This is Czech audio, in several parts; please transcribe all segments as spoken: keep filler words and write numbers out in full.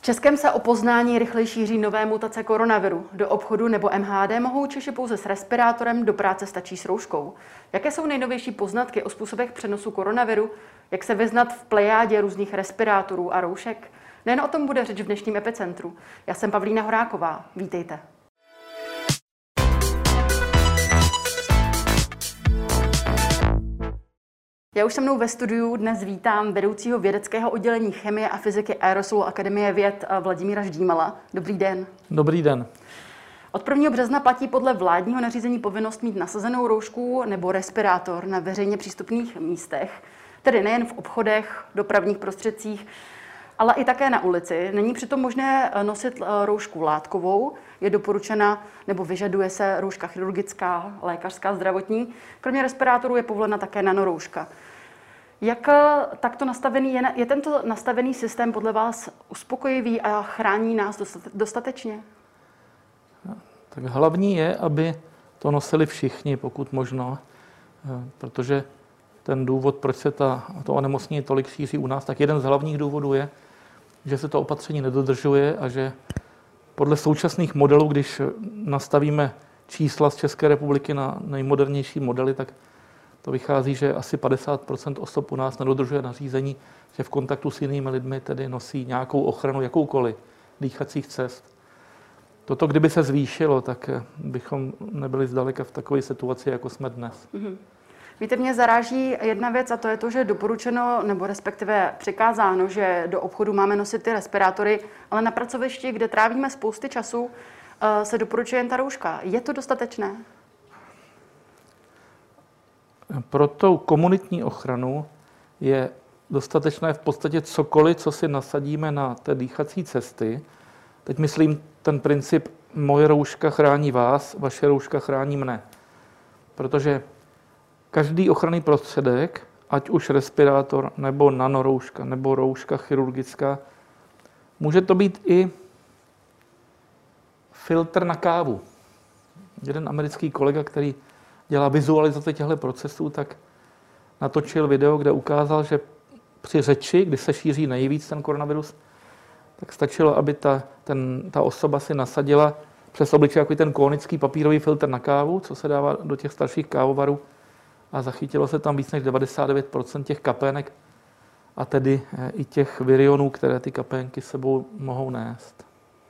Českem se o poznání rychle šíří nové mutace koronaviru. Do obchodu nebo M H D mohou Češi pouze s respirátorem, do práce stačí s rouškou. Jaké jsou nejnovější poznatky o způsobech přenosu koronaviru? Jak se vyznat v plejádě různých respirátorů a roušek? Nejen o tom bude řeč v dnešním Epicentru. Já jsem Pavlína Horáková. Vítejte. Já už se mnou ve studiu dnes vítám vedoucího vědeckého oddělení chemie a fyziky Aerosolu Akademie věd Vladimíra Ždímala. Dobrý den. Dobrý den. Od prvního března platí podle vládního nařízení povinnost mít nasazenou roušku nebo respirátor na veřejně přístupných místech, tedy nejen v obchodech, dopravních prostředcích, ale i také na ulici. Není přitom možné nosit roušku látkovou, je doporučena nebo vyžaduje se rouška chirurgická, lékařská, zdravotní. Kromě respirátorů je povolena také nanorouška. Jak takto nastavený je, je tento nastavený systém podle vás uspokojivý a chrání nás dostatečně? Tak hlavní je, aby to nosili všichni, pokud možno, protože ten důvod, proč se ta, to onemocnění tolik šíří u nás, tak jeden z hlavních důvodů je, že se to opatření nedodržuje a že podle současných modelů, když nastavíme čísla z České republiky na nejmodernější modely, tak to vychází, že asi padesát procent osob u nás nedodržuje nařízení, že v kontaktu s jinými lidmi tedy nosí nějakou ochranu, jakoukoliv, dýchacích cest. Toto, kdyby se zvýšilo, tak bychom nebyli zdaleka v takové situaci, jako jsme dnes. Mm-hmm. Víte, mě zaráží jedna věc a to je to, že je doporučeno nebo respektive přikázáno, že do obchodu máme nosit ty respirátory, ale na pracovišti, kde trávíme spousty času, se doporučuje jen ta rouška. Je to dostatečné? Pro tu komunitní ochranu je dostatečné v podstatě cokoliv, co si nasadíme na té dýchací cesty. Teď myslím ten princip moje rouška chrání vás, vaše rouška chrání mne. Protože každý ochranný prostředek, ať už respirátor, nebo nanorouška, nebo rouška chirurgická, může to být i filtr na kávu. Jeden americký kolega, který dělá vizualizaci těchto procesů, tak natočil video, kde ukázal, že při řeči, kdy se šíří nejvíc ten koronavirus, tak stačilo, aby ta, ten, ta osoba si nasadila přes obličej jako ten konický papírový filtr na kávu, co se dává do těch starších kávovarů, a zachytilo se tam víc než devadesát devět procent těch kapének a tedy i těch virionů, které ty kapénky sebou mohou nést.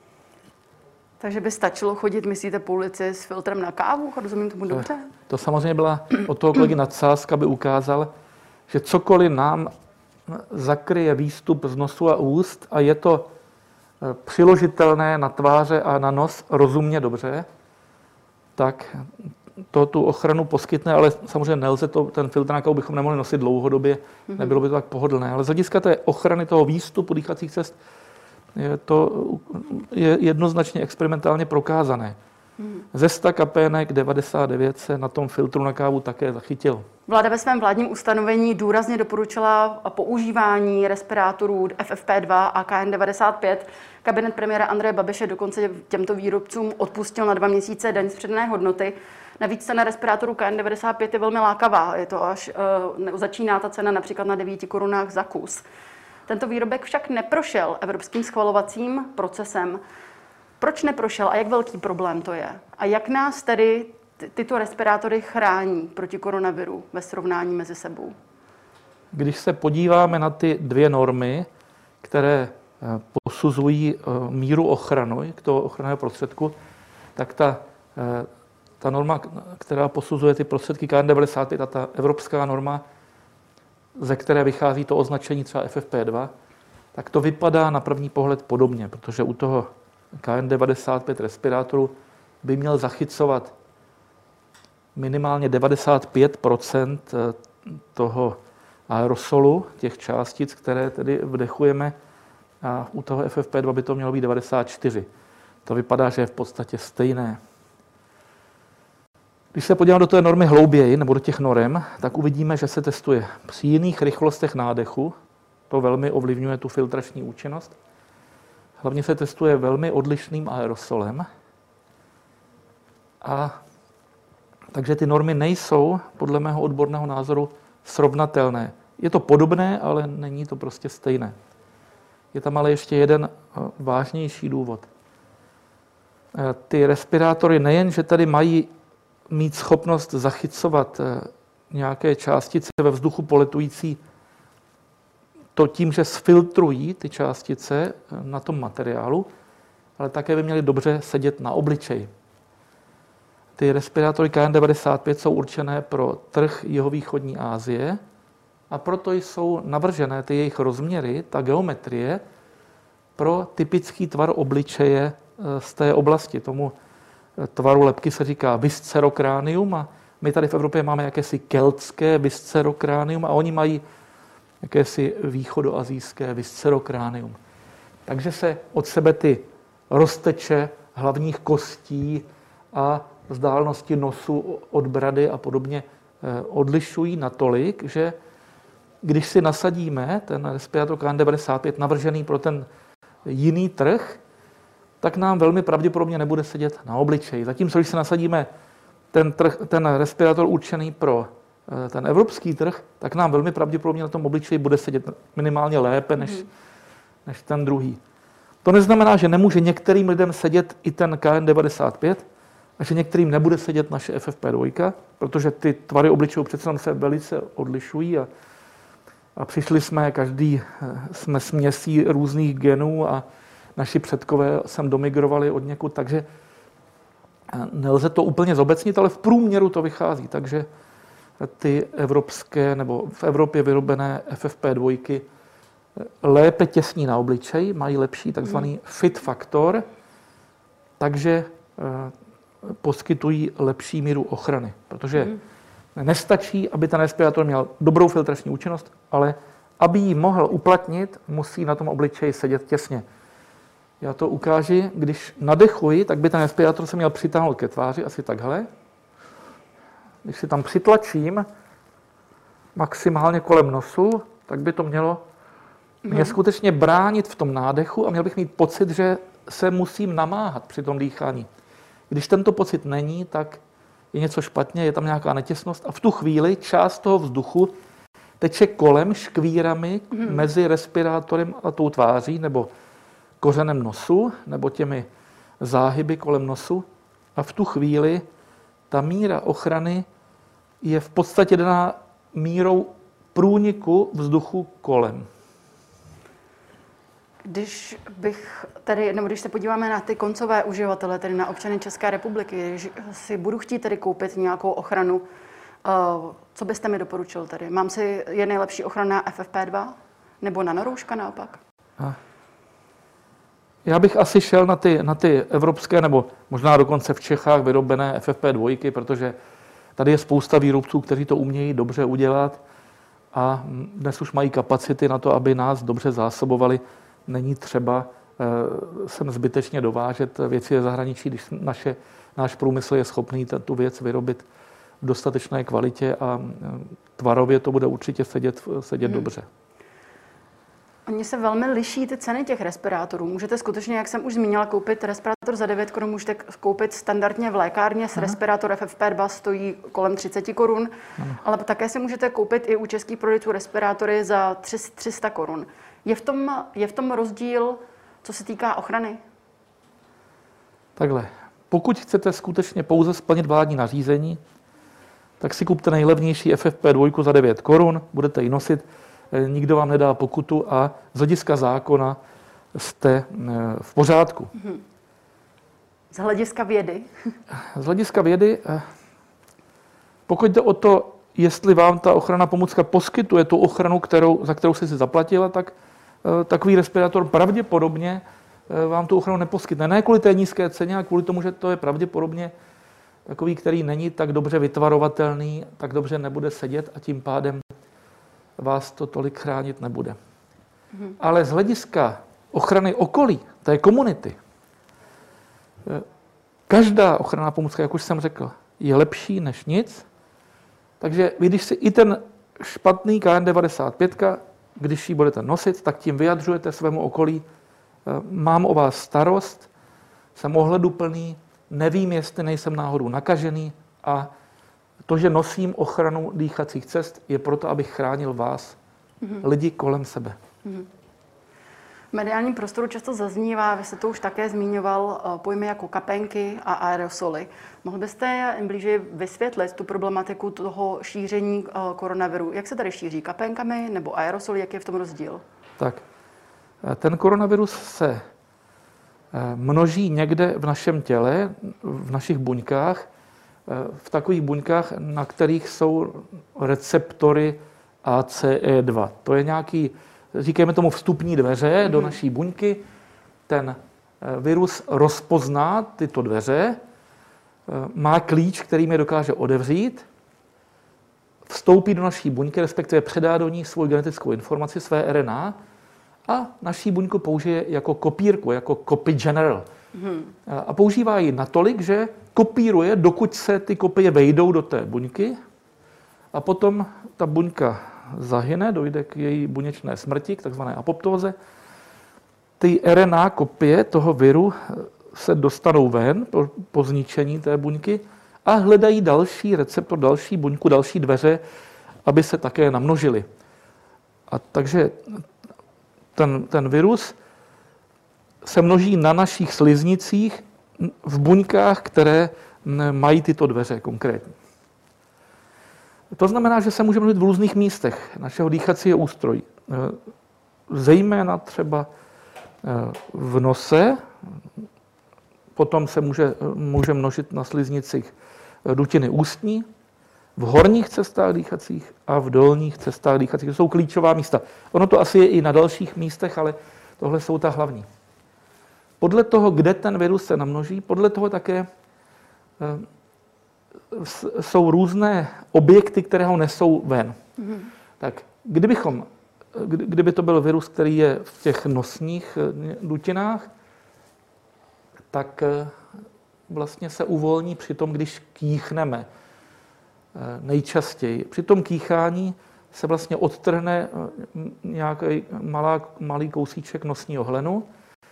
Takže by stačilo chodit, myslíte, po ulici s filtrem na kávu? Rozumím tomu dobře? To samozřejmě byla od toho kolegy nadsázka, aby ukázal, že cokoliv nám zakryje výstup z nosu a úst a je to přiložitelné na tváře a na nos rozumně dobře, tak to tu ochranu poskytne, ale samozřejmě nelze to, ten filtr na kávu bychom nemohli nosit dlouhodobě, nebylo by to tak pohodlné. Ale z hlediska té ochrany toho výstupu dýchacích cest je to je jednoznačně experimentálně prokázané. Ze sta kapének devadesát devět se na tom filtru na kávu také zachytilo. Vláda ve svém vládním ustanovení důrazně doporučila používání respirátorů F F P dva a K N devadesát pět. Kabinet premiéra Andreje Babiše dokonce těmto výrobcům odpustil na dva měsíce daň z přidané hodnoty. Navíc cena respirátorů K N devadesát pět je velmi lákavá. Je to až, uh, začíná ta cena například na devíti korunách za kus. Tento výrobek však neprošel evropským schvalovacím procesem. Proč neprošel a jak velký problém to je? A jak nás tedy ty, tyto respirátory chrání proti koronaviru ve srovnání mezi sebou? Když se podíváme na ty dvě normy, které posuzují míru ochrany k toho ochranného prostředku, tak ta, ta norma, která posuzuje ty prostředky K N devadesát pět a ta evropská norma, ze které vychází to označení třeba F F P dva, tak to vypadá na první pohled podobně, protože u toho K N devadesát pět respirátoru by měl zachycovat minimálně devadesát pět procent toho aerosolu, těch částic, které tedy vdechujeme, a u toho F F P dva by to mělo být devadesát čtyři. To vypadá, že je v podstatě stejné. Když se podíváme do té normy hlouběji, nebo do těch norem, tak uvidíme, že se testuje při jiných rychlostech nádechu. To velmi ovlivňuje tu filtrační účinnost. Hlavně se testuje velmi odlišným aerosolem. A takže ty normy nejsou, podle mého odborného názoru, srovnatelné. Je to podobné, ale není to prostě stejné. Je tam ale ještě jeden vážnější důvod. Ty respirátory nejen, že tady mají mít schopnost zachycovat nějaké částice ve vzduchu poletující, to tím, že sfiltrují ty částice na tom materiálu, ale také by měly dobře sedět na obličeji. Ty respirátory K N devadesát pět jsou určené pro trh jihovýchodní Asie a proto jsou navržené ty jejich rozměry, ta geometrie, pro typický tvar obličeje z té oblasti. Tomu tvaru lebky se říká viscerokránium a my tady v Evropě máme jakési keltské viscerokránium a oni mají jakési východoazijské viscerokránium. Takže se od sebe ty rozteče hlavních kostí a vzdálenosti nosu od brady a podobně odlišují natolik, že když si nasadíme ten respirátor K N devadesát pět navržený pro ten jiný trh, tak nám velmi pravděpodobně nebude sedět na obličeji. Zatímco, když si nasadíme ten, trh, ten respirátor určený pro ten evropský trh, tak nám velmi pravděpodobně na tom obličeji bude sedět minimálně lépe než, mm. než ten druhý. To neznamená, že nemůže některým lidem sedět i ten K N devadesát pět a že některým nebude sedět naše F F P dva, protože ty tvary obličejů přece se velice odlišují a, a přišli jsme, každý jsme směsí různých genů a naši předkové sem domigrovali od někud, takže nelze to úplně zobecnit, ale v průměru to vychází, takže ty evropské nebo v Evropě vyrobené F F P dva lépe těsní na obličej, mají lepší takzvaný fit faktor, takže poskytují lepší míru ochrany, protože nestačí, aby ten respirátor měl dobrou filtrační účinnost, ale aby ji mohl uplatnit, musí na tom obličeji sedět těsně. Já to ukážu, když nadechuji, tak by ten respirátor se měl přitáhnout ke tváři, asi takhle. Když si tam přitlačím maximálně kolem nosu, tak by to mělo mě skutečně bránit v tom nádechu a měl bych mít pocit, že se musím namáhat při tom dýchání. Když tento pocit není, tak je něco špatně, je tam nějaká netěsnost a v tu chvíli část toho vzduchu teče kolem škvírami mm. mezi respirátorem a tou tváří nebo kořenem nosu nebo těmi záhyby kolem nosu a v tu chvíli ta míra ochrany je v podstatě daná mírou průniku vzduchu kolem. Když bych tady, nebo když se podíváme na ty koncové uživatele, tedy na občany České republiky, když si budu chtít tedy koupit nějakou ochranu, co byste mi doporučil tady? Mám si, je nejlepší ochrana F F P dva nebo nanorouška naopak? Já bych asi šel na ty, na ty evropské, nebo možná dokonce v Čechách vyrobené F F P dva, protože tady je spousta výrobců, kteří to umějí dobře udělat a dnes už mají kapacity na to, aby nás dobře zásobovali. Není třeba sem zbytečně dovážet věci ze zahraničí, když naše, náš průmysl je schopný tu věc vyrobit v dostatečné kvalitě a tvarově to bude určitě sedět, sedět hmm. dobře. Oni se velmi liší ty ceny těch respirátorů. Můžete skutečně, jak jsem už zmínila, koupit respirátor za devět korun, můžete koupit standardně v lékárně. S respirátor F F P dva stojí kolem třicet korun, ale také si můžete koupit i u českých prodejců respirátory za tři sta korun. Je v tom, je v tom rozdíl, co se týká ochrany? Takhle. Pokud chcete skutečně pouze splnit vládní nařízení, tak si kupte nejlevnější F F P dva za devět korun, budete ji nosit, nikdo vám nedá pokutu a z hlediska zákona jste v pořádku. Z hlediska vědy? Z hlediska vědy, pokud jde o to, jestli vám ta ochranná pomůcka poskytuje tu ochranu, kterou, za kterou jste si zaplatila, tak takový respirátor pravděpodobně vám tu ochranu neposkytne. Ne kvůli té nízké ceně, ale kvůli tomu, že to je pravděpodobně takový, který není tak dobře vytvarovatelný, tak dobře nebude sedět a tím pádem vás to tolik chránit nebude. Hmm. Ale z hlediska ochrany okolí, té komunity, každá ochranná pomůcka, jak už jsem řekl, je lepší než nic. Takže vy, když si i ten špatný K N devadesát pět, když ji budete nosit, tak tím vyjadřujete svému okolí, mám o vás starost, jsem ohleduplný, nevím, jestli nejsem náhodou nakažený a to, že nosím ochranu dýchacích cest, je proto, abych chránil vás, mm-hmm. lidi kolem sebe. Mm-hmm. V mediálním prostoru často zaznívá, vy jste to už také zmiňoval, pojmy jako kapénky a aerosoly. Mohl byste blíže vysvětlit tu problematiku toho šíření koronaviru? Jak se tady šíří? Kapénkami nebo aerosoly? Jak je v tom rozdíl? Tak, ten koronavirus se množí někde v našem těle, v našich buňkách, v takových buňkách, na kterých jsou receptory A C E dva. To je nějaký, říkáme tomu, vstupní dveře mm. do naší buňky. Ten virus rozpozná tyto dveře, má klíč, kterým je dokáže otevřít, vstoupí do naší buňky, respektive předá do ní svou genetickou informaci, své R N A, a naší buňku použije jako kopírku, jako copy general. Hmm. A používá ji natolik, že kopíruje, dokud se ty kopie vejdou do té buňky, a potom ta buňka zahyne, dojde k její buněčné smrti, k takzvané apoptóze. Ty R N A kopie toho viru se dostanou ven po, po zničení té buňky a hledají další receptor, další buňku, další dveře, aby se také namnožily. A takže ten, ten virus se množí na našich sliznicích v buňkách, které mají tyto dveře konkrétně. To znamená, že se může množit v různých místech našeho dýchacího ústrojí. Zejména třeba v nose, potom se může, může množit na sliznicích dutiny ústní, v horních cestách dýchacích a v dolních cestách dýchacích. To jsou klíčová místa. Ono to asi je i na dalších místech, ale tohle jsou ta hlavní. Podle toho, kde ten virus se namnoží, podle toho také jsou různé objekty, které ho nesou ven. Mm. Tak kdybychom, kdyby to byl virus, který je v těch nosních dutinách, tak vlastně se uvolní při tom, když kýchneme nejčastěji. Při tom kýchání se vlastně odtrhne nějaký malá, malý kousíček nosního hlenu,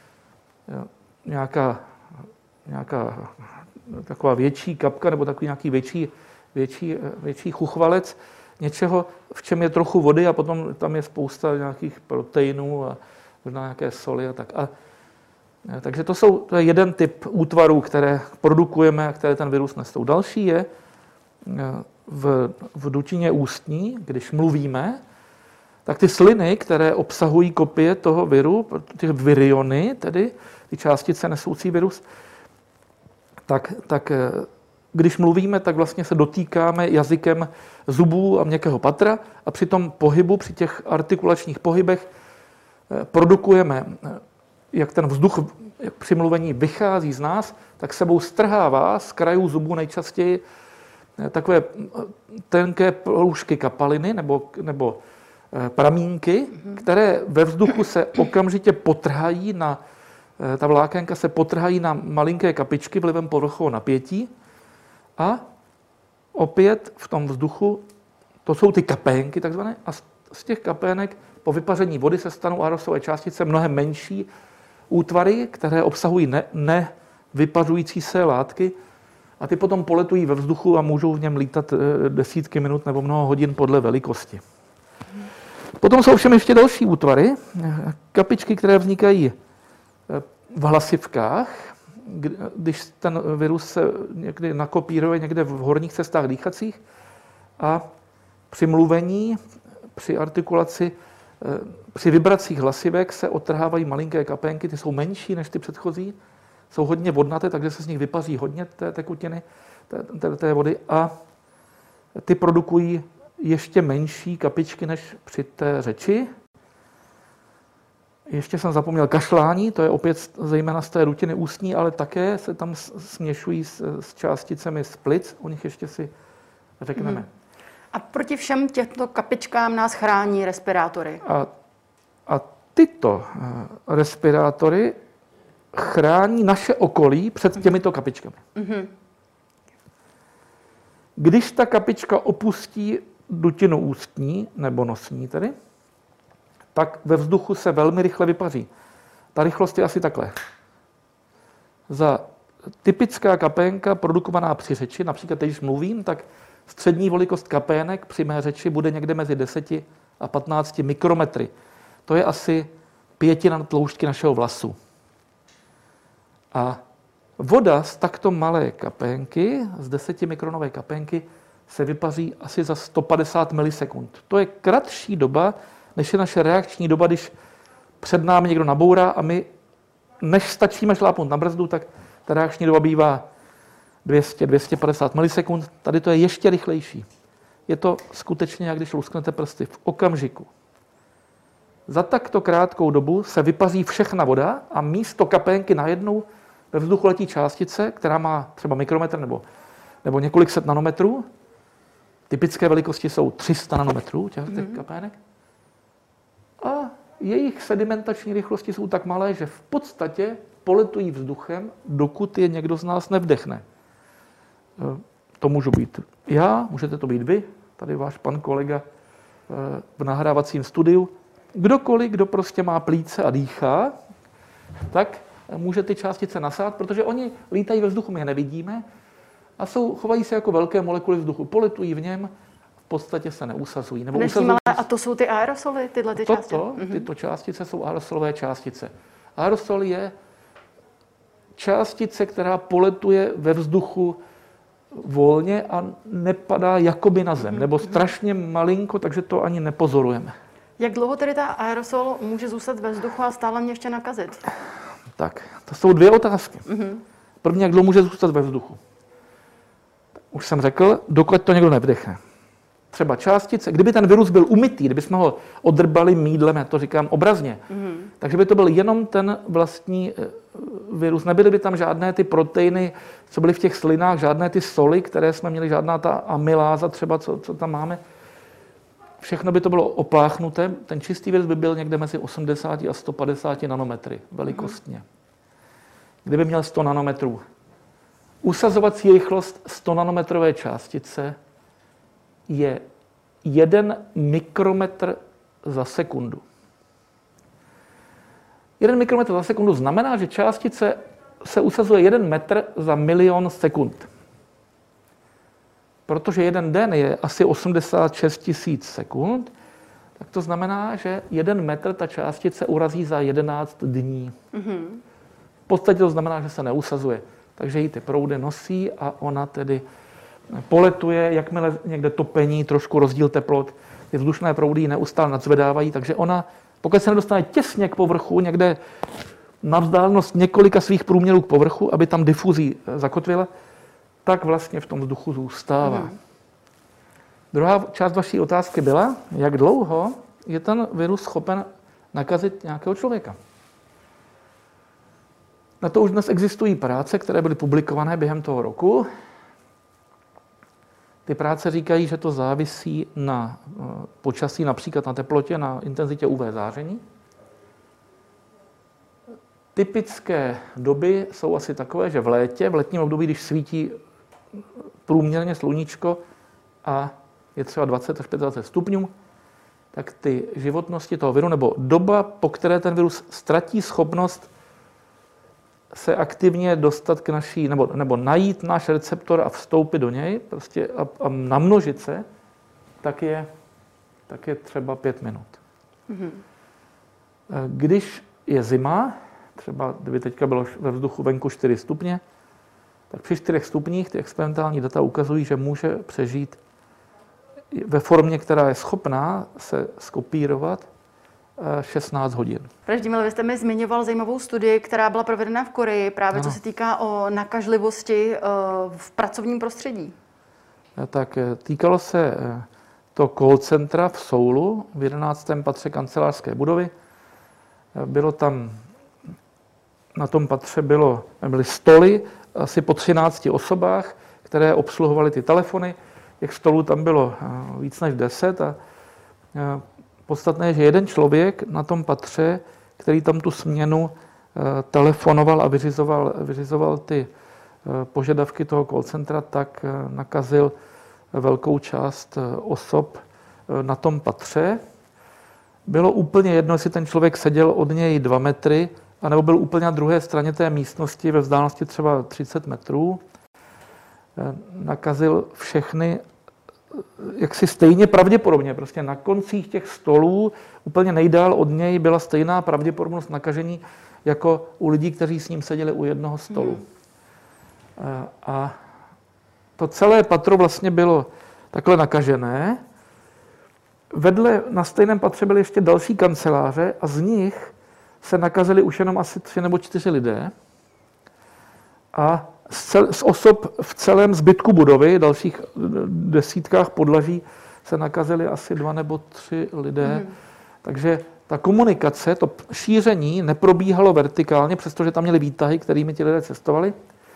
nějaká, nějaká taková větší kapka nebo takový nějaký větší, větší, větší chuchvalec něčeho, v čem je trochu vody a potom tam je spousta nějakých proteinů a možná nějaké soli a tak. A, takže to, jsou, to je jeden typ útvarů, které produkujeme a které ten virus nesou. Další je v, v dutině ústní, když mluvíme, tak ty sliny, které obsahují kopie toho viru, ty viriony, tedy ty částice nesoucí virus, tak, tak když mluvíme, tak vlastně se dotýkáme jazykem zubů a měkkého patra a při tom pohybu, při těch artikulačních pohybech produkujeme, jak ten vzduch jak při mluvení vychází z nás, tak sebou strhává z krajů zubů nejčastěji takové tenké proužky kapaliny nebo, nebo pramínky, které ve vzduchu se okamžitě potrhají na, ta vlákenka se potrhají na malinké kapičky vlivem povrchového napětí a opět v tom vzduchu, to jsou ty kapénky takzvané, a z těch kapének po vypaření vody se stanou aerosolové částice mnohem menší útvary, které obsahují ne, nevypařující se látky a ty potom poletují ve vzduchu a můžou v něm lítat desítky minut nebo mnoho hodin podle velikosti. Potom jsou všem ještě další útvary, kapičky, které vznikají v hlasivkách, když ten virus se někdy nakopíruje někde v horních cestách dýchacích a při mluvení, při artikulaci, při vibracích hlasivek se odtrhávají malinké kapénky, ty jsou menší než ty předchozí, jsou hodně vodnaté, takže se z nich vypaří hodně té tekutiny, té, té, té vody a ty produkují ještě menší kapičky než při té řeči. Ještě jsem zapomněl kašlání, to je opět zejména z té dutiny ústní, ale také se tam směšují s, s částicemi z plic, o nich ještě si řekneme. Hmm. A proti všem těmto kapičkám nás chrání respirátory? A, a tyto respirátory chrání naše okolí před těmito kapičkami. Hmm. Když ta kapička opustí dutinu ústní, nebo nosní tedy, tak ve vzduchu se velmi rychle vypaří. Ta rychlost je asi takhle. Za typická kapénka produkovaná při řeči, například když mluvím, tak střední velikost kapének při mé řeči bude někde mezi deseti a patnácti mikrometry. To je asi pětina tloušťky našeho vlasu. A voda z takto malé kapénky, z desetimikronové kapénky, se vypaří asi za sto padesát milisekund. To je kratší doba, než je naše reakční doba, když před námi někdo nabourá a my, než stačíme šlápnout na brzdu, tak ta reakční doba bývá dvě stě až dvě stě padesát milisekund. Tady to je ještě rychlejší. Je to skutečně, jak když lusknete prsty v okamžiku. Za takto krátkou dobu se vypaří všechna voda a místo kapénky najednou ve vzduchu letí částice, která má třeba mikrometr nebo, nebo několik set nanometrů. Typické velikosti jsou tři sta nanometrů těch mm-hmm. kapének. A jejich sedimentační rychlosti jsou tak malé, že v podstatě poletují vzduchem, dokud je někdo z nás nevdechne. To můžu být já, můžete to být vy, tady váš pan kolega v nahrávacím studiu. Kdokoliv, kdo prostě má plíce a dýchá, tak může ty částice nasát, protože oni lítají ve vzduchu, my je nevidíme a jsou, chovají se jako velké molekuly vzduchu, poletují v něm, v podstatě se neusazují. Nebo usazují... Malé, a to jsou ty aerosoly, tyhle ty částice? Toto, tyto částice jsou aerosolové částice. Aerosol je částice, která poletuje ve vzduchu volně a nepadá jakoby na zem, nebo strašně malinko, takže to ani nepozorujeme. Jak dlouho tedy ta aerosol může zůstat ve vzduchu a stále mě ještě nakazit? Tak, to jsou dvě otázky. První, jak dlouho může zůstat ve vzduchu? Už jsem řekl, dokud to někdo nevdechne. Třeba částice, kdyby ten virus byl umytý, kdyby jsme ho odrbali mýdlem, já to říkám obrazně, mm. takže by to byl jenom ten vlastní virus. Nebyly by tam žádné ty proteiny, co byly v těch slinách, žádné ty soli, které jsme měli, žádná ta amyláza třeba, co, co tam máme. Všechno by to bylo opláchnuté. Ten čistý virus by byl někde mezi osmdesát a sto padesát nanometry velikostně. Kdyby měl sto nanometrů. Usazovací rychlost sto nanometrové částice je jeden mikrometr za sekundu. Jeden mikrometr za sekundu znamená, že částice se usazuje jeden metr za milion sekund. Protože jeden den je asi osmdesát šest tisíc sekund, tak to znamená, že jeden metr ta částice urazí za jedenáct dní. Mm-hmm. V podstatě to znamená, že se neusazuje. Takže ji ty proudy nosí a ona tedy poletuje, jakmile někde topení, trošku rozdíl teplot, ty vzdušné proudy ji neustále nadzvedávají, takže ona, pokud se nedostane těsně k povrchu, někde na vzdálenost několika svých průměrů k povrchu, aby tam difuzí zakotvila, tak vlastně v tom vzduchu zůstává. Hmm. Druhá část vaší otázky byla, jak dlouho je ten virus schopen nakazit nějakého člověka. Na to už dnes existují práce, které byly publikované během toho roku. Ty práce říkají, že to závisí na počasí, například na teplotě, na intenzitě U V záření. Typické doby jsou asi takové, že v létě, v letním období, když svítí průměrně sluníčko a je třeba dvacet až dvacet pět stupňů, tak ty životnosti toho viru, nebo doba, po které ten virus ztratí schopnost se aktivně dostat k naší, nebo, nebo najít náš receptor a vstoupit do něj, prostě a, a namnožit se, tak je, tak je třeba pět minut. Mm-hmm. Když je zima, třeba kdyby teďka bylo ve vzduchu venku čtyři stupně, tak při čtyřech stupních ty experimentální data ukazují, že může přežít ve formě, která je schopná se skopírovat šestnáct hodin. Praždímil, vy jste mi zmiňoval zajímavou studii, která byla provedena v Koreji, právě ano. co se týká o nakažlivosti v pracovním prostředí. Tak týkalo se to call centra v Soulu, v jedenáctém patře kancelářské budovy. Bylo tam, na tom patře bylo, byly stoly asi po třinácti osobách, které obsluhovaly ty telefony. Těch stolů tam bylo víc než deset a podstatné je, že jeden člověk na tom patře, který tam tu směnu telefonoval a vyřizoval, vyřizoval ty požadavky toho call centra, tak nakazil velkou část osob na tom patře. Bylo úplně jedno, jestli ten člověk seděl od něj dva metry, anebo byl úplně na druhé straně té místnosti ve vzdálenosti třeba třicet metrů. Nakazil všechny jaksi stejně pravděpodobně. Prostě na koncích těch stolů úplně nejdál od něj byla stejná pravděpodobnost nakažení jako u lidí, kteří s ním seděli u jednoho stolu. Hmm. A to celé patro vlastně bylo takhle nakažené. Vedle na stejném patře byly ještě další kanceláře a z nich se nakazili už jenom asi tři nebo čtyři lidé. A z, cel, z osob v celém zbytku budovy, dalších desítkách podlaží, se nakazili asi dva nebo tři lidé. Mm. Takže ta komunikace, to šíření neprobíhalo vertikálně, přestože tam měli výtahy, kterými ti lidé cestovali.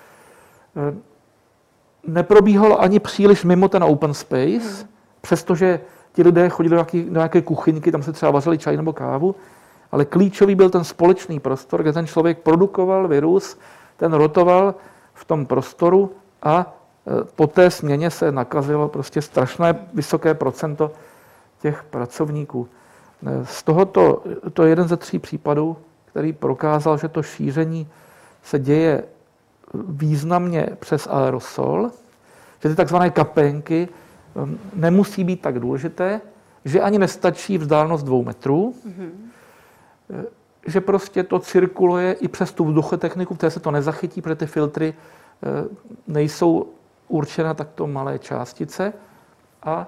Neprobíhalo ani příliš mimo ten open space, mm. přestože ti lidé chodili do nějaké, do nějaké kuchyňky, tam se třeba vařili čaj nebo kávu, ale klíčový byl ten společný prostor, kde ten člověk produkoval virus, ten rotoval v tom prostoru a po té směně se nakazilo prostě strašné vysoké procento těch pracovníků. Z tohoto, to je jeden ze tří případů, který prokázal, že to šíření se děje významně přes aerosol, že ty takzvané kapénky nemusí být tak důležité, že ani nestačí vzdálenost dvou metrů, mm-hmm. že prostě to cirkuluje i přes tu vzduchotechniku, v té se to nezachytí, protože ty filtry nejsou určené na takto malé částice. A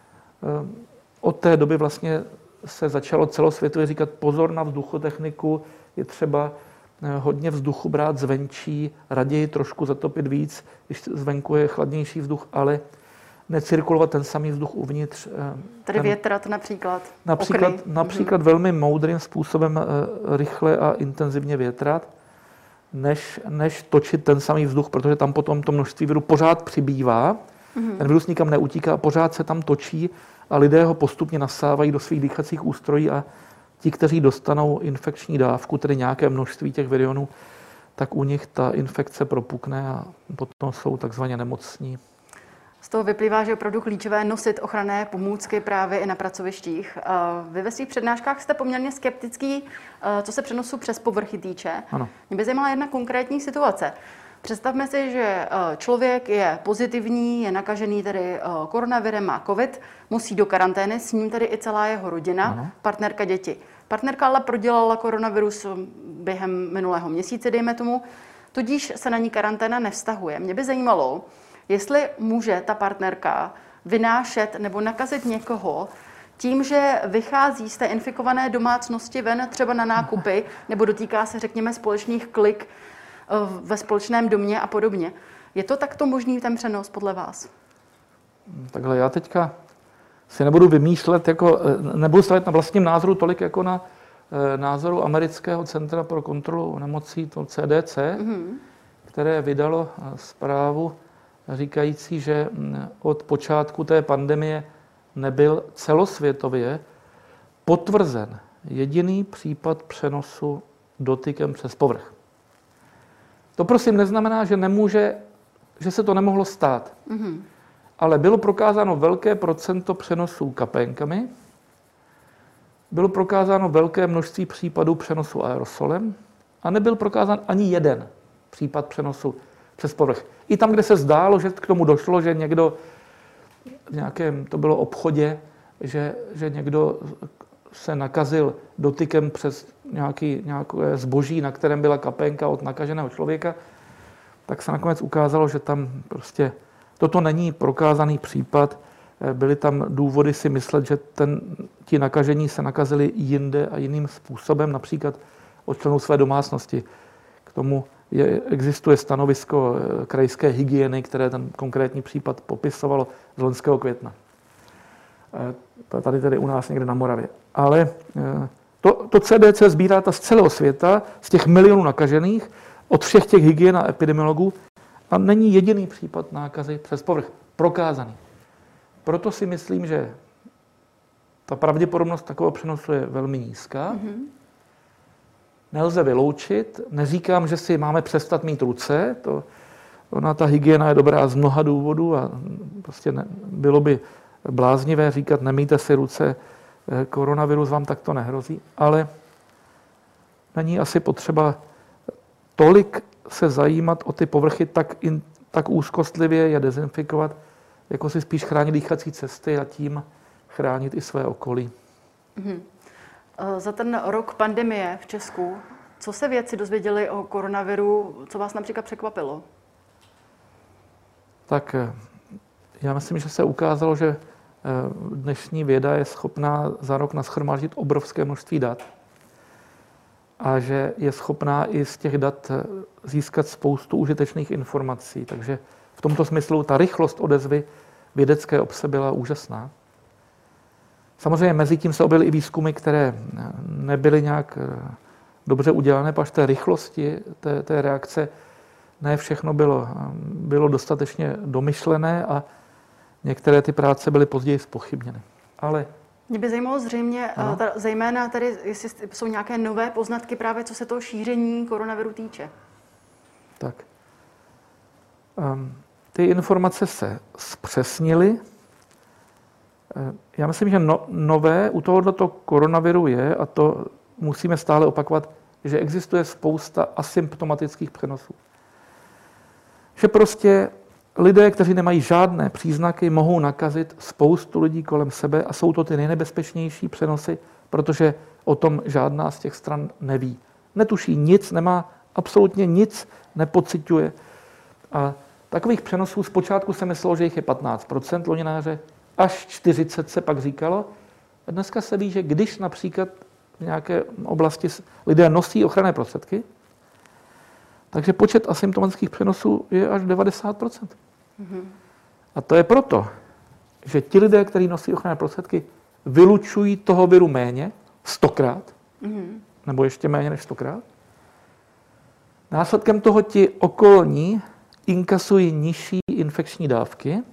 od té doby vlastně se začalo celosvětově říkat pozor na vzduchotechniku, je třeba hodně vzduchu brát zvenčí, raději trošku zatopit víc, když zvenku je chladnější vzduch, ale necirkulovat ten samý vzduch uvnitř. Tedy ten, větrat například? Například, například mm-hmm. velmi moudrým způsobem rychle a intenzivně větrat, než, než točit ten samý vzduch, protože tam potom to množství viru pořád přibývá. Mm-hmm. Ten virus nikam neutíká, pořád se tam točí a lidé ho postupně nasávají do svých dýchacích ústrojí a ti, kteří dostanou infekční dávku, tedy nějaké množství těch virionů, tak u nich ta infekce propukne a potom jsou takzvaně nemocní. Z toho vyplývá, že je opravdu klíčové nosit ochranné pomůcky právě i na pracovištích. Vy ve svých přednáškách jste poměrně skeptický, co se přenosu přes povrchy týče. Ano. Mě by zajímala jedna konkrétní situace. Představme si, že člověk je pozitivní, je nakažený tedy koronavirem, má covid, musí do karantény, s ním tedy i celá jeho rodina, ano. partnerka, děti. Partnerka ale prodělala koronavirus během minulého měsíce, dejme tomu, tudíž se na ní karanténa nevztahuje. Mě by zajímalo, jestli může ta partnerka vynášet nebo nakazit někoho tím, že vychází z té infikované domácnosti ven třeba na nákupy, nebo dotýká se, řekněme, společných klik ve společném domě a podobně. Je to takto možný ten přenos podle vás? Takhle já teďka si nebudu vymýšlet, jako, nebudu stavit na vlastním názoru tolik jako na názoru Amerického centra pro kontrolu nemocí, to C D C, mm-hmm. které vydalo zprávu říkající, že od počátku té pandemie nebyl celosvětově potvrzen jediný případ přenosu dotykem přes povrch. To prosím neznamená, že nemůže, že se to nemohlo stát. Mm-hmm. Ale bylo prokázáno velké procento přenosů kapénkami, bylo prokázáno velké množství případů přenosu aerosolem a nebyl prokázán ani jeden případ přenosu přes povrch. I tam, kde se zdálo, že k tomu došlo, že někdo v nějakém, to bylo obchodě, že, že někdo se nakazil dotykem přes nějaký, nějaké zboží, na kterém byla kapénka od nakaženého člověka, tak se nakonec ukázalo, že tam prostě toto není prokázaný případ. Byly tam důvody si myslet, že ten, ti nakažení se nakazili jinde a jiným způsobem, například od členů své domácnosti. K tomu je, existuje stanovisko krajské hygieny, které ten konkrétní případ popisovalo z loňského května. Tady tedy u nás někde na Moravě. Ale to, to C D C sbírá data z celého světa, z těch milionů nakažených, od všech těch hygien a epidemiologů a není jediný případ nákazy přes povrch prokázaný. Proto si myslím, že ta pravděpodobnost takového přenosu je velmi nízká. Mm-hmm. Nelze vyloučit. Neříkám, že si máme přestat mít ruce. To, ona, ta hygiena je dobrá z mnoha důvodů a prostě ne, bylo by bláznivé říkat, nemýjte si ruce, koronavirus vám takto nehrozí, ale není asi potřeba tolik se zajímat o ty povrchy, tak, in, tak úzkostlivě je dezinfikovat, jako si spíš chránit dýchací cesty a tím chránit i své okolí. Mm-hmm. Za ten rok pandemie v Česku, co se vědci dozvěděli o koronaviru, co vás například překvapilo? Tak já myslím, že se ukázalo, že dnešní věda je schopná za rok nashromáždit obrovské množství dat a že je schopná i z těch dat získat spoustu užitečných informací. Takže v tomto smyslu ta rychlost odezvy vědecké obce byla úžasná. Samozřejmě mezi tím se objevily i výzkumy, které nebyly nějak dobře udělané, až té rychlosti té, té reakce ne všechno bylo, bylo dostatečně domyšlené a některé ty práce byly později zpochybněny. Ale mě by zajímalo zřejmě, ta, zejména tady, jestli jsou nějaké nové poznatky právě, co se toho šíření koronaviru týče. Tak. Um, ty informace se zpřesnily. Já myslím, že no, nové u tohoto koronaviru je, a to musíme stále opakovat, že existuje spousta asymptomatických přenosů. Že prostě lidé, kteří nemají žádné příznaky, mohou nakazit spoustu lidí kolem sebe a jsou to ty nejnebezpečnější přenosy, protože o tom žádná z těch stran neví. Netuší nic, nemá absolutně nic, nepociťuje. A takových přenosů zpočátku se myslelo, že jich je patnáct procent loni na jaře, až čtyřicet se pak říkalo. A dneska se ví, že když například v nějaké oblasti lidé nosí ochranné prostředky, takže počet asymptomatických přenosů je až devadesát procent. Mm-hmm. A to je proto, že ti lidé, kteří nosí ochranné prostředky, vylučují toho viru méně, stokrát, mm-hmm. nebo ještě méně než stokrát. Následkem toho ti okolní inkasují nižší infekční dávky.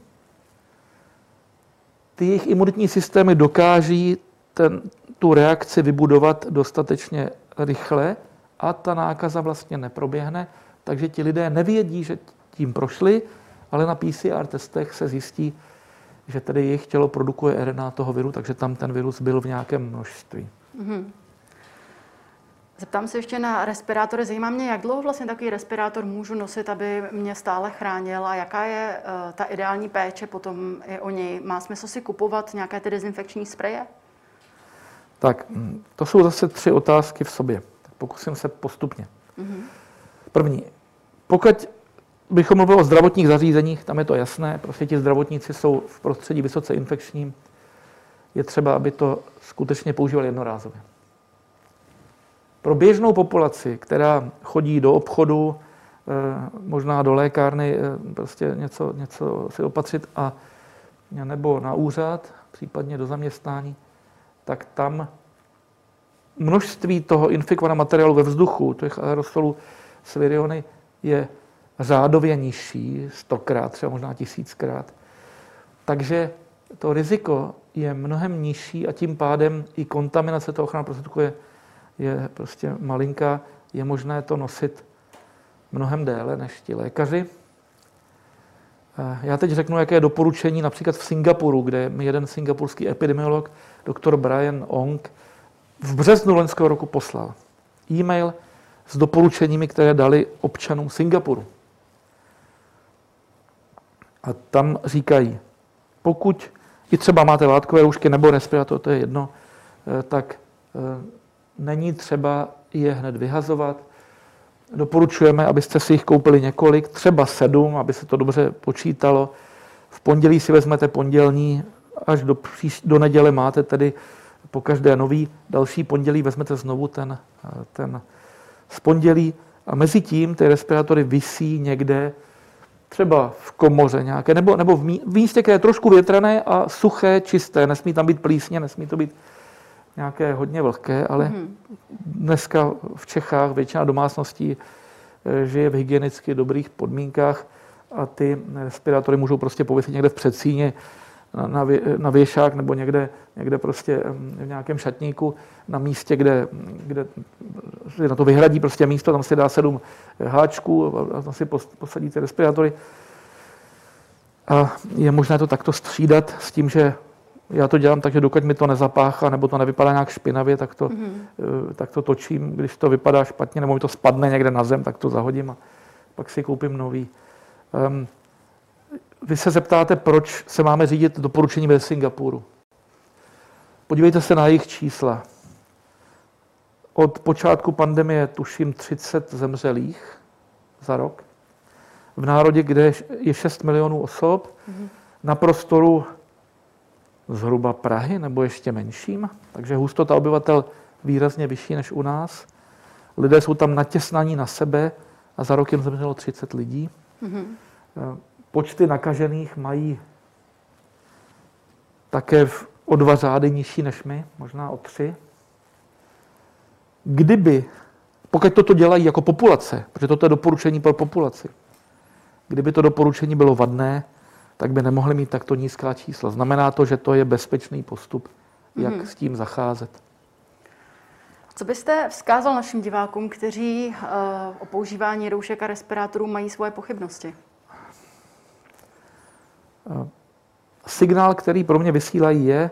Ty jejich imunitní systémy dokáží ten, tu reakci vybudovat dostatečně rychle a ta nákaza vlastně neproběhne, takže ti lidé nevědí, že tím prošli, ale na P C R testech se zjistí, že tedy jejich tělo produkuje R N A toho viru, takže tam ten virus byl v nějakém množství. Mm-hmm. Zeptám se ještě na respirátory. Zajímá mě, jak dlouho vlastně takový respirátor můžu nosit, aby mě stále chránil a jaká je uh, ta ideální péče potom i o něj. Má smysl si kupovat nějaké ty dezinfekční spreje? Tak, to jsou zase tři otázky v sobě. Tak pokusím se postupně. Mm-hmm. První. Pokud bychom mluvili o zdravotních zařízeních, tam je to jasné, prostě ti zdravotníci jsou v prostředí vysoce infekčním. Je třeba, aby to skutečně používali jednorázově. Pro běžnou populaci, která chodí do obchodu, možná do lékárny, prostě něco, něco si opatřit, a, nebo na úřad, případně do zaměstnání, tak tam množství toho infikovaného materiálu ve vzduchu, těch aerosolů s viriony, je řádově nižší, stokrát, třeba možná tisíckrát. Takže to riziko je mnohem nižší a tím pádem i kontaminace toho ochranného prostředku je, je prostě malinká. Je možné to nosit mnohem déle než ti lékaři. Já teď řeknu, jaké je doporučení například v Singapuru, kde mi jeden singapurský epidemiolog, doktor Brian Ong, v březnu loňského roku poslal e-mail s doporučeními, které dali občanům Singapuru. A tam říkají, pokud i třeba máte látkové roušky nebo respirátor, to je jedno, tak není třeba je hned vyhazovat. Doporučujeme, abyste si jich koupili několik, třeba sedm, aby se to dobře počítalo. V pondělí si vezmete pondělní, až do, příš, do neděle máte tedy po každé nový. Další pondělí vezmete znovu ten, ten z pondělí a mezi tím ty respirátory visí někde třeba v komoře nějaké, nebo, nebo v, mí, v místě, které je trošku větrané a suché, čisté. Nesmí tam být plísně, nesmí to být nějaké hodně vlhké, ale mm. dneska v Čechách většina domácností žije v hygienicky dobrých podmínkách a ty respirátory můžou prostě pověsit někde v předsíni na, vě, na věšák nebo někde, někde prostě v nějakém šatníku na místě, kde, kde na to vyhradí prostě místo, tam si dá sedm háčků a tam si posadí ty respirátory. A je možné to takto střídat s tím, že já to dělám tak, že dokud mi to nezapáchá, nebo to nevypadá nějak špinavě, tak to, mm-hmm. tak to točím. Když to vypadá špatně, nebo mi to spadne někde na zem, tak to zahodím a pak si koupím nový. Um, vy se zeptáte, proč se máme řídit doporučením ve Singapuru. Podívejte se na jejich čísla. Od počátku pandemie tuším třicet zemřelých za rok. V národě, kde je šest milionů osob, mm-hmm. na prostoru zhruba Prahy nebo ještě menším, takže hustota obyvatel výrazně vyšší než u nás. Lidé jsou tam natěsnaní na sebe a za rok jim zemřelo třicet lidí. Mm-hmm. Počty nakažených mají také o dva řády nižší než my, možná o tři. Kdyby, pokud toto dělají jako populace, protože toto je doporučení pro populaci, kdyby to doporučení bylo vadné, tak by nemohli mít takto nízká čísla. Znamená to, že to je bezpečný postup, jak mm. s tím zacházet. Co byste vzkázal našim divákům, kteří uh, o používání roušek a respirátorů mají svoje pochybnosti? Uh, signál, který pro mě vysílají, je: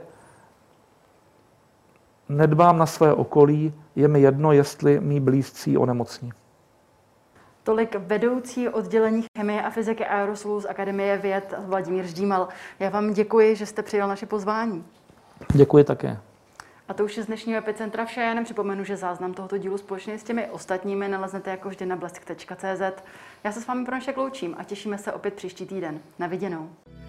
nedbám na své okolí, je mi jedno, jestli mí blízcí onemocní. Tolik vedoucí oddělení chemie a fyziky aerosolů z Akademie věd Vladimír Ždímal. Já vám děkuji, že jste přijal naše pozvání. Děkuji také. A to už je z dnešního Epicentra vše. Já jenom připomenu, že záznam tohoto dílu společně s těmi ostatními naleznete jako vždy na blesk tečka cé zet. Já se s vámi pro dnešek loučím a těšíme se opět příští týden. Na viděnou.